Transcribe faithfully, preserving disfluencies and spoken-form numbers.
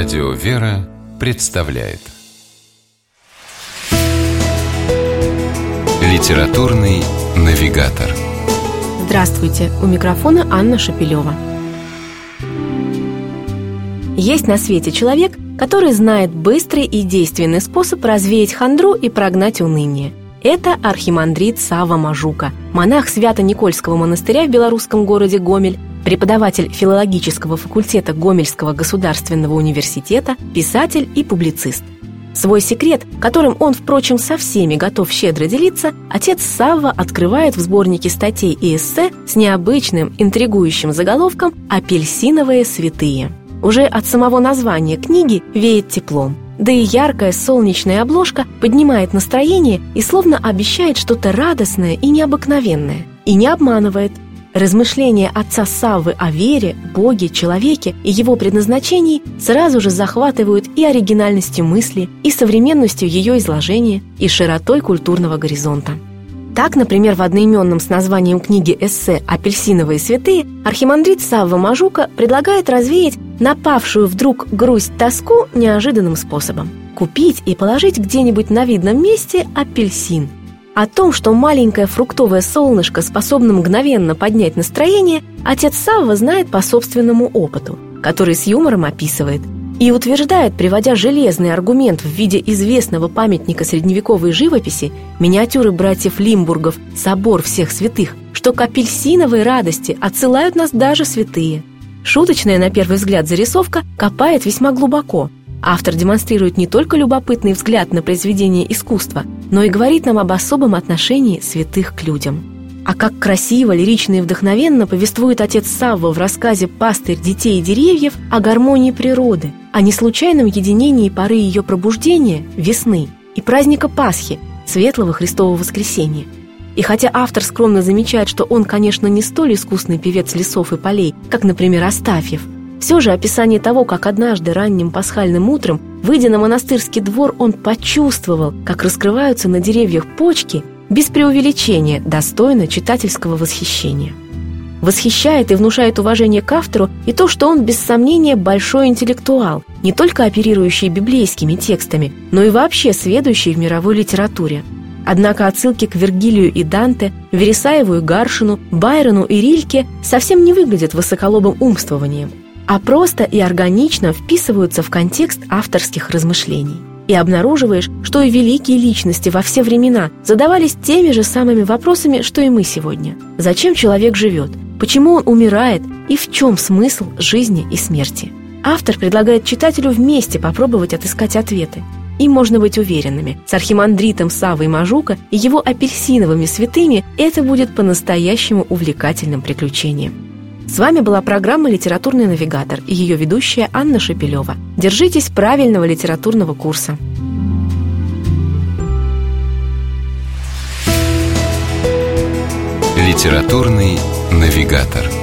Радио «Вера» представляет Литературный навигатор. Здравствуйте, у микрофона Анна Шапилева. Есть на свете человек, который знает быстрый и действенный способ развеять хандру и прогнать уныние. Это архимандрит Савва Мажука, монах Свято-Никольского монастыря в белорусском городе Гомель, преподаватель филологического факультета Гомельского государственного университета, писатель и публицист. Свой секрет, которым он, впрочем, со всеми готов щедро делиться, отец Савва открывает в сборнике статей и эссе с необычным, интригующим заголовком «Апельсиновые святые». Уже от самого названия книги веет теплом. Да и яркая солнечная обложка поднимает настроение и словно обещает что-то радостное и необыкновенное. И не обманывает. Размышления отца Саввы о вере, Боге, человеке и его предназначении сразу же захватывают и оригинальностью мысли, и современностью ее изложения, и широтой культурного горизонта. Так, например, в одноименном с названием книги эссе «Апельсиновые святые» архимандрит Савва Мажука предлагает развеять напавшую вдруг грусть-тоску неожиданным способом – купить и положить где-нибудь на видном месте апельсин. О том, что маленькое фруктовое солнышко способно мгновенно поднять настроение, отец Савва знает по собственному опыту, который с юмором описывает и утверждает, приводя железный аргумент в виде известного памятника средневековой живописи, миниатюры братьев Лимбургов «Собор всех святых», что к апельсиновой радости отсылают нас даже святые. Шуточная, на первый взгляд, зарисовка копает весьма глубоко. Автор демонстрирует не только любопытный взгляд на произведение искусства, но и говорит нам об особом отношении святых к людям. А как красиво, лирично и вдохновенно повествует отец Савва в рассказе «Пастырь детей и деревьев» о гармонии природы, о неслучайном единении поры ее пробуждения, весны, и праздника Пасхи, светлого Христового воскресения. И хотя автор скромно замечает, что он, конечно, не столь искусный певец лесов и полей, как, например, Астафьев, все же описание того, как однажды ранним пасхальным утром, выйдя на монастырский двор, он почувствовал, как раскрываются на деревьях почки, без преувеличения, достойно читательского восхищения. Восхищает и внушает уважение к автору и то, что он, без сомнения, большой интеллектуал, не только оперирующий библейскими текстами, но и вообще сведущий в мировой литературе. Однако отсылки к Вергилию и Данте, Вересаеву и Гаршину, Байрону и Рильке совсем не выглядят высоколобым умствованием, а просто и органично вписываются в контекст авторских размышлений. И обнаруживаешь, что и великие личности во все времена задавались теми же самыми вопросами, что и мы сегодня. Зачем человек живет? Почему он умирает? И в чем смысл жизни и смерти? Автор предлагает читателю вместе попробовать отыскать ответы. Им можно быть уверенными, с архимандритом Саввой Мажука и его апельсиновыми святыми это будет по-настоящему увлекательным приключением. С вами была программа «Литературный навигатор» и ее ведущая Анна Шапилева. Держитесь правильного литературного курса. Литературный навигатор.